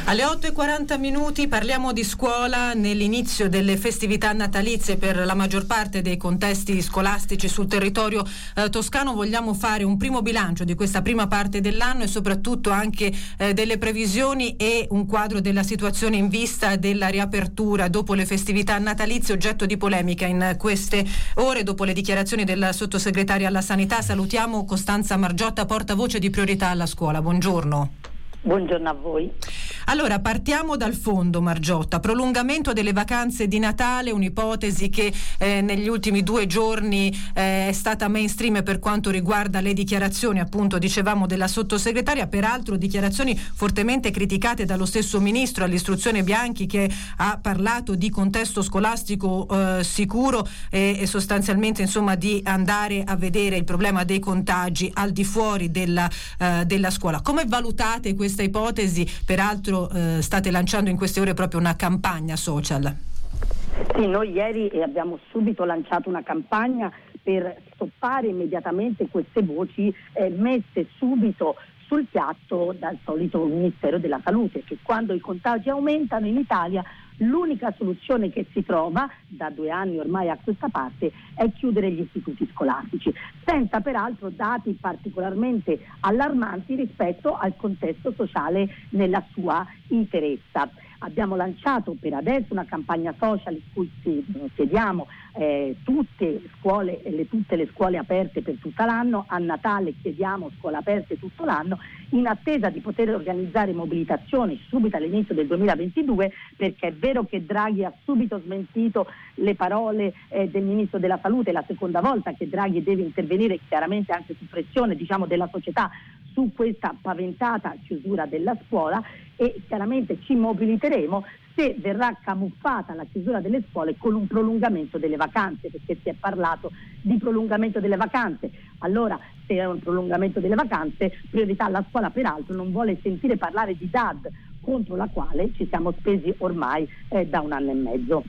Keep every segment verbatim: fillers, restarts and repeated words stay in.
Alle otto e quaranta minuti parliamo di scuola nell'inizio delle festività natalizie per la maggior parte dei contesti scolastici sul territorio eh, toscano. Vogliamo fare un primo bilancio di questa prima parte dell'anno e soprattutto anche eh, delle previsioni e un quadro della situazione in vista della riapertura dopo le festività natalizie, oggetto di polemica in queste ore dopo le dichiarazioni del sottosegretario alla sanità. Salutiamo Costanza Margiotta, portavoce di Priorità alla Scuola. Buongiorno. Buongiorno a voi. Allora, partiamo dal fondo, Margiotta. Prolungamento delle vacanze di Natale, un'ipotesi che eh, negli ultimi due giorni eh, è stata mainstream per quanto riguarda le dichiarazioni, appunto, dicevamo, della sottosegretaria, peraltro dichiarazioni fortemente criticate dallo stesso ministro all'istruzione Bianchi, che ha parlato di contesto scolastico eh, sicuro e, e sostanzialmente, insomma, di andare a vedere il problema dei contagi al di fuori della, eh, della scuola. Come valutate questa ipotesi? Peraltro eh, state lanciando in queste ore proprio una campagna social. Sì, noi ieri abbiamo subito lanciato una campagna per stoppare immediatamente queste voci eh, messe subito sul piatto dal solito Ministero della Salute, che quando i contagi aumentano in Italia l'unica soluzione che si trova da due anni ormai a questa parte è chiudere gli istituti scolastici, senza peraltro dati particolarmente allarmanti rispetto al contesto sociale nella sua interezza. Abbiamo lanciato per adesso una campagna social in cui chiediamo eh, tutte scuole, le, tutte le scuole aperte per tutto l'anno. A Natale chiediamo scuole aperte tutto l'anno, in attesa di poter organizzare mobilitazioni subito all'inizio del duemilaventidue, perché è vero che Draghi ha subito smentito le parole eh, del Ministro della Salute, la seconda volta che Draghi deve intervenire chiaramente anche su pressione, diciamo, della società su questa paventata chiusura della scuola, e chiaramente ci mobiliteremo se verrà camuffata la chiusura delle scuole con un prolungamento delle vacanze, perché si è parlato di prolungamento delle vacanze. Allora, se è un prolungamento delle vacanze, Priorità alla Scuola peraltro non vuole sentire parlare di D A D, contro la quale ci siamo spesi ormai eh, da un anno e mezzo.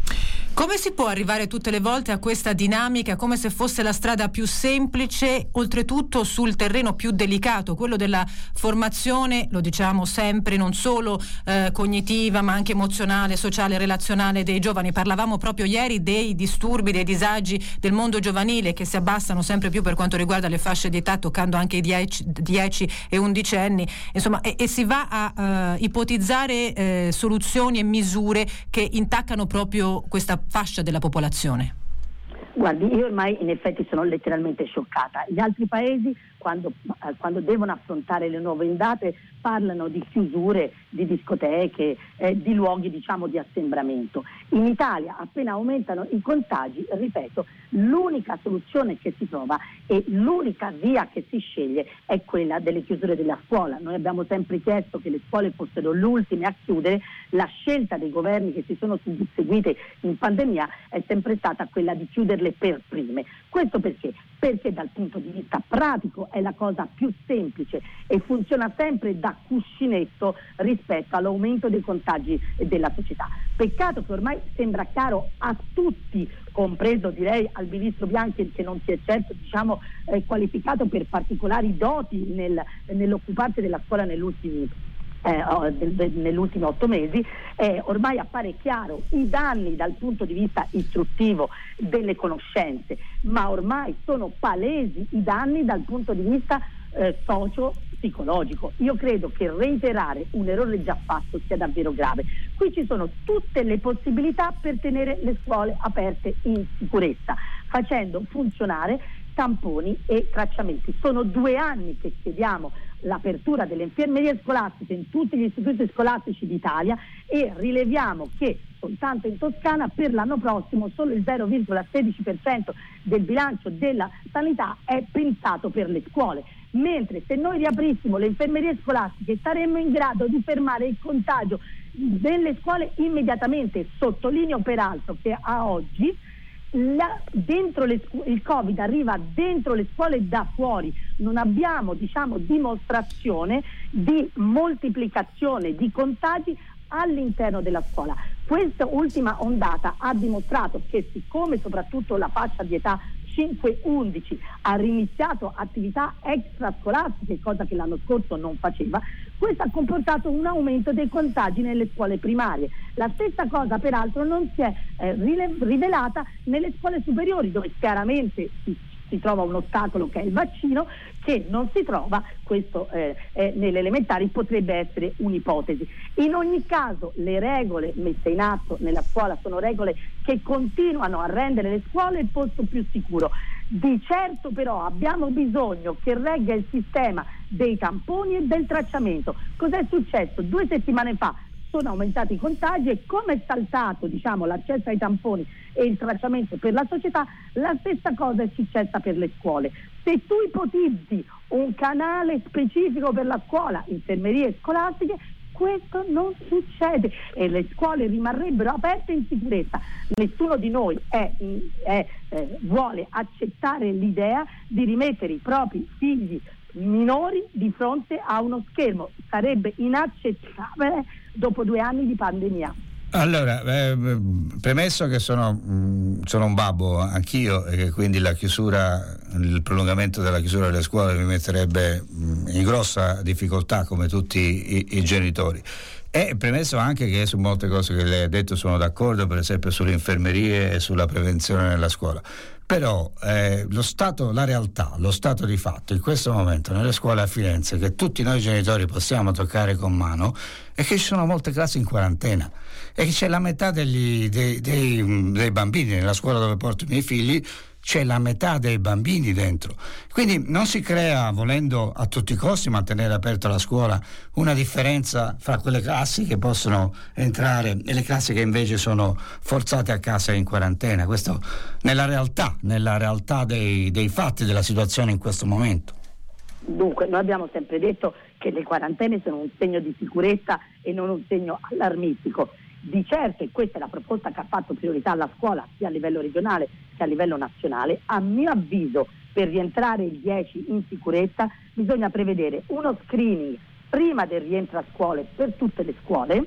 Come si può arrivare tutte le volte a questa dinamica come se fosse la strada più semplice, oltretutto sul terreno più delicato, quello della formazione, lo diciamo sempre, non solo eh, cognitiva ma anche emozionale, sociale, relazionale dei giovani? Parlavamo proprio ieri dei disturbi, dei disagi del mondo giovanile che si abbassano sempre più per quanto riguarda le fasce di età, toccando anche i dieci e undici anni, insomma, e, e si va a uh, ipotizzare eh, soluzioni e misure che intaccano proprio questa fascia della popolazione. Guardi, io ormai in effetti sono letteralmente scioccata. Gli altri paesi, quando, eh, quando devono affrontare le nuove ondate, parlano di chiusure, di discoteche, eh, di luoghi, diciamo, di assembramento. In Italia, appena aumentano i contagi, ripeto, l'unica soluzione che si trova e l'unica via che si sceglie è quella delle chiusure della scuola. Noi abbiamo sempre chiesto che le scuole fossero le ultime a chiudere. La scelta dei governi che si sono seguite in pandemia è sempre stata quella di chiuderle per prime. Questo perché? Perché dal punto di vista pratico è la cosa più semplice e funziona sempre da cuscinetto rispetto all'aumento dei contagi della società. Peccato che ormai sembra chiaro a tutti, compreso direi al ministro Bianchi, che non si è certo, diciamo, eh, qualificato per particolari doti nel, nell'occuparsi della scuola negli ultimi Eh, negli ultimi otto mesi, eh, ormai appare chiaro i danni dal punto di vista istruttivo delle conoscenze, ma ormai sono palesi i danni dal punto di vista eh, socio-psicologico. Io credo che reiterare un errore già fatto sia davvero grave. Qui ci sono tutte le possibilità per tenere le scuole aperte in sicurezza, facendo funzionare tamponi e tracciamenti. Sono due anni che chiediamo l'apertura delle infermerie scolastiche in tutti gli istituti scolastici d'Italia e rileviamo che soltanto in Toscana per l'anno prossimo solo il zero virgola sedici per cento del bilancio della sanità è pensato per le scuole, mentre se noi riaprissimo le infermerie scolastiche saremmo in grado di fermare il contagio delle scuole immediatamente. Sottolineo peraltro che a oggi La, dentro le, il Covid arriva dentro le scuole da fuori, non abbiamo, diciamo, dimostrazione di moltiplicazione di contagi all'interno della scuola. Questa ultima ondata ha dimostrato che, siccome soprattutto la fascia di età cinque undici ha riniziato attività extrascolastiche, cosa che l'anno scorso non faceva, questo ha comportato un aumento dei contagi nelle scuole primarie. La stessa cosa peraltro non si è eh, rivelata nelle scuole superiori, dove chiaramente si, si trova un ostacolo che è il vaccino, che non si trova, questo eh, eh, nelle elementari potrebbe essere un'ipotesi. In ogni caso le regole messe in atto nella scuola sono regole che continuano a rendere le scuole il posto più sicuro. Di certo però abbiamo bisogno che regga il sistema dei tamponi e del tracciamento. Cos'è successo? Due settimane fa sono aumentati i contagi e come è saltato, diciamo, l'accesso ai tamponi e il tracciamento per la società, la stessa cosa è successa per le scuole. Se tu ipotizzi un canale specifico per la scuola, infermerie scolastiche, questo non succede e le scuole rimarrebbero aperte in sicurezza. Nessuno di noi è, è, eh, vuole accettare l'idea di rimettere i propri figli minori di fronte a uno schermo. Sarebbe inaccettabile dopo due anni di pandemia. Allora, eh, premesso che sono, mh, sono un babbo anch'io e che quindi la chiusura, il prolungamento della chiusura delle scuole mi metterebbe mh, in grossa difficoltà come tutti i, i genitori. E premesso anche che su molte cose che lei ha detto sono d'accordo, per esempio sulle infermerie e sulla prevenzione nella scuola. Però eh, lo stato, la realtà, lo stato di fatto in questo momento nelle scuole a Firenze, che tutti noi genitori possiamo toccare con mano, è che ci sono molte classi in quarantena e che c'è la metà degli, dei, dei, dei bambini nella scuola dove porto i miei figli, c'è la metà dei bambini dentro. Quindi non si crea, volendo a tutti i costi mantenere aperta la scuola, una differenza fra quelle classi che possono entrare e le classi che invece sono forzate a casa in quarantena. Questo nella realtà, nella realtà dei, dei fatti della situazione in questo momento. Dunque, noi abbiamo sempre detto che le quarantene sono un segno di sicurezza e non un segno allarmistico. Di certo, e questa è la proposta che ha fatto priorità alla scuola sia a livello regionale che a livello nazionale, a mio avviso per rientrare il dieci in sicurezza bisogna prevedere uno screening prima del rientro a scuole per tutte le scuole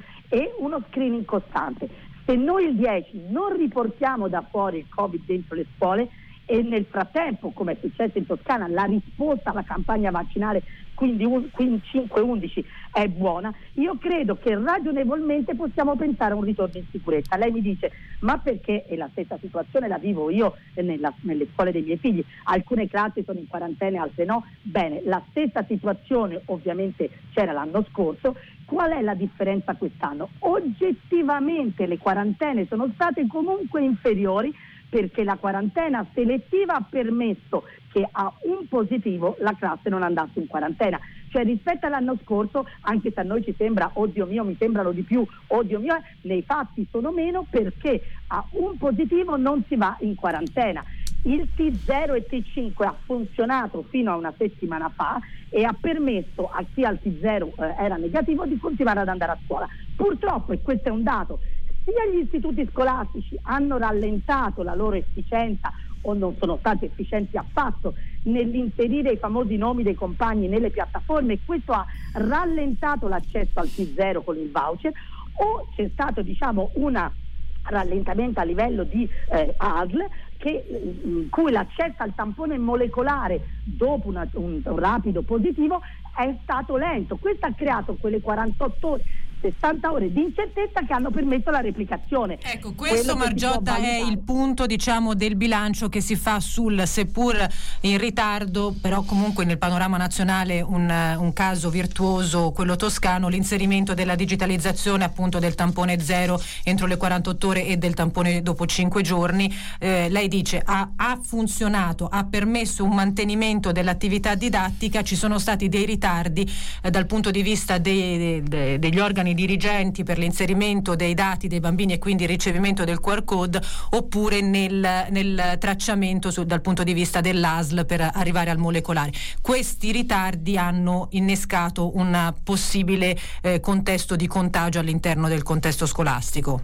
e uno screening costante. Se noi il dieci non riportiamo da fuori il Covid dentro le scuole e nel frattempo, come è successo in Toscana, la risposta alla campagna vaccinale quindi cinque undici è buona, io credo che ragionevolmente possiamo pensare a un ritorno in sicurezza. Lei mi dice, ma perché? E la stessa situazione la vivo io nella, nelle scuole dei miei figli, alcune classi sono in quarantena, altre no. Bene, la stessa situazione ovviamente c'era l'anno scorso. Qual è la differenza quest'anno? Oggettivamente le quarantene sono state comunque inferiori, perché la quarantena selettiva ha permesso che a un positivo la classe non andasse in quarantena. Cioè rispetto all'anno scorso, anche se a noi ci sembra, oddio mio, mi sembrano di più, oddio mio, nei fatti sono meno, perché a un positivo non si va in quarantena. Il T zero e T cinque ha funzionato fino a una settimana fa e ha permesso a chi al T zero eh, era negativo di continuare ad andare a scuola. Purtroppo, e questo è un dato, sia gli istituti scolastici hanno rallentato la loro efficienza o non sono stati efficienti affatto nell'inserire i famosi nomi dei compagni nelle piattaforme, e questo ha rallentato l'accesso al T zero con il voucher, o c'è stato diciamo un rallentamento a livello di eh, A S L che, in cui l'accesso al tampone molecolare dopo una, un, un rapido positivo è stato lento. Questo ha creato quelle quarantotto ore, sessanta ore di incertezza che hanno permesso la replicazione. Ecco, questo Margiotta è il punto, diciamo, del bilancio che si fa sul, seppur in ritardo, però comunque nel panorama nazionale un, un caso virtuoso, quello toscano, l'inserimento della digitalizzazione appunto del tampone zero entro le quarantotto ore e del tampone dopo cinque giorni. Eh, lei dice ha, ha funzionato, ha permesso un mantenimento dell'attività didattica, ci sono stati dei ritardi eh, dal punto di vista dei, dei, degli organi dirigenti per l'inserimento dei dati dei bambini e quindi il ricevimento del Q R code, oppure nel, nel tracciamento su, dal punto di vista dell'A S L per arrivare al molecolare. Questi ritardi hanno innescato un possibile eh, contesto di contagio all'interno del contesto scolastico.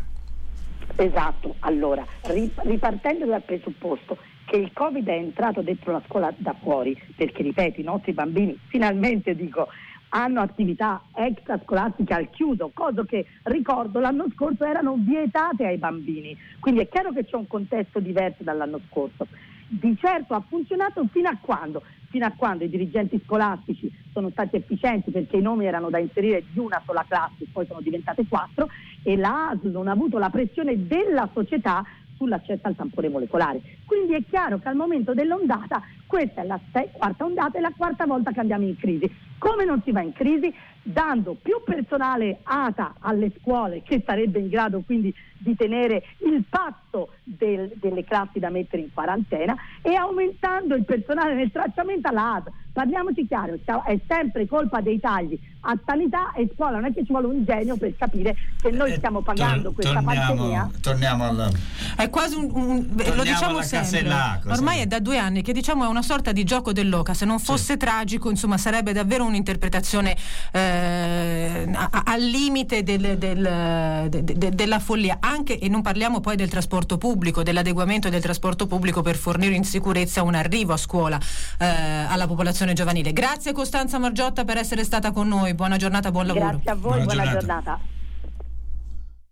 Esatto, allora ripartendo dal presupposto che il Covid è entrato dentro la scuola da fuori, perché ripeto, i nostri bambini finalmente dico hanno attività extrascolastiche al chiuso, cosa che ricordo l'anno scorso erano vietate ai bambini, quindi è chiaro che c'è un contesto diverso dall'anno scorso. di certo ha funzionato fino a quando? Fino a quando i dirigenti scolastici sono stati efficienti, perché i nomi erano da inserire di una sola classe, poi sono diventate quattro, e la A S L non ha avuto la pressione della società sull'accesso al tampone molecolare. Quindi è chiaro che al momento dell'ondata, questa è la se- quarta ondata e la quarta volta che andiamo in crisi. Come non si va in crisi? Dando più personale A T A alle scuole, che sarebbe in grado quindi di tenere il passo del, delle classi da mettere in quarantena, e aumentando il personale nel tracciamento alla A S L. Parliamoci chiaro, è sempre colpa dei tagli a sanità e scuola, non è che ci vuole un genio per capire che noi stiamo pagando eh, questa torniamo, pandemia. Torniamo alla... È quasi un, un lo diciamo sempre, ormai è da due anni che diciamo è una sorta di gioco dell'oca. Se non fosse sì. tragico, insomma, sarebbe davvero un'interpretazione eh, a, al limite del, del, de, de, della follia. Anche, e non parliamo poi del trasporto pubblico, dell'adeguamento del trasporto pubblico per fornire in sicurezza un arrivo a scuola eh, alla popolazione giovanile. Grazie Costanza Margiotta per essere stata con noi, buona giornata, buon lavoro. Grazie a voi, buona, buona giornata. giornata.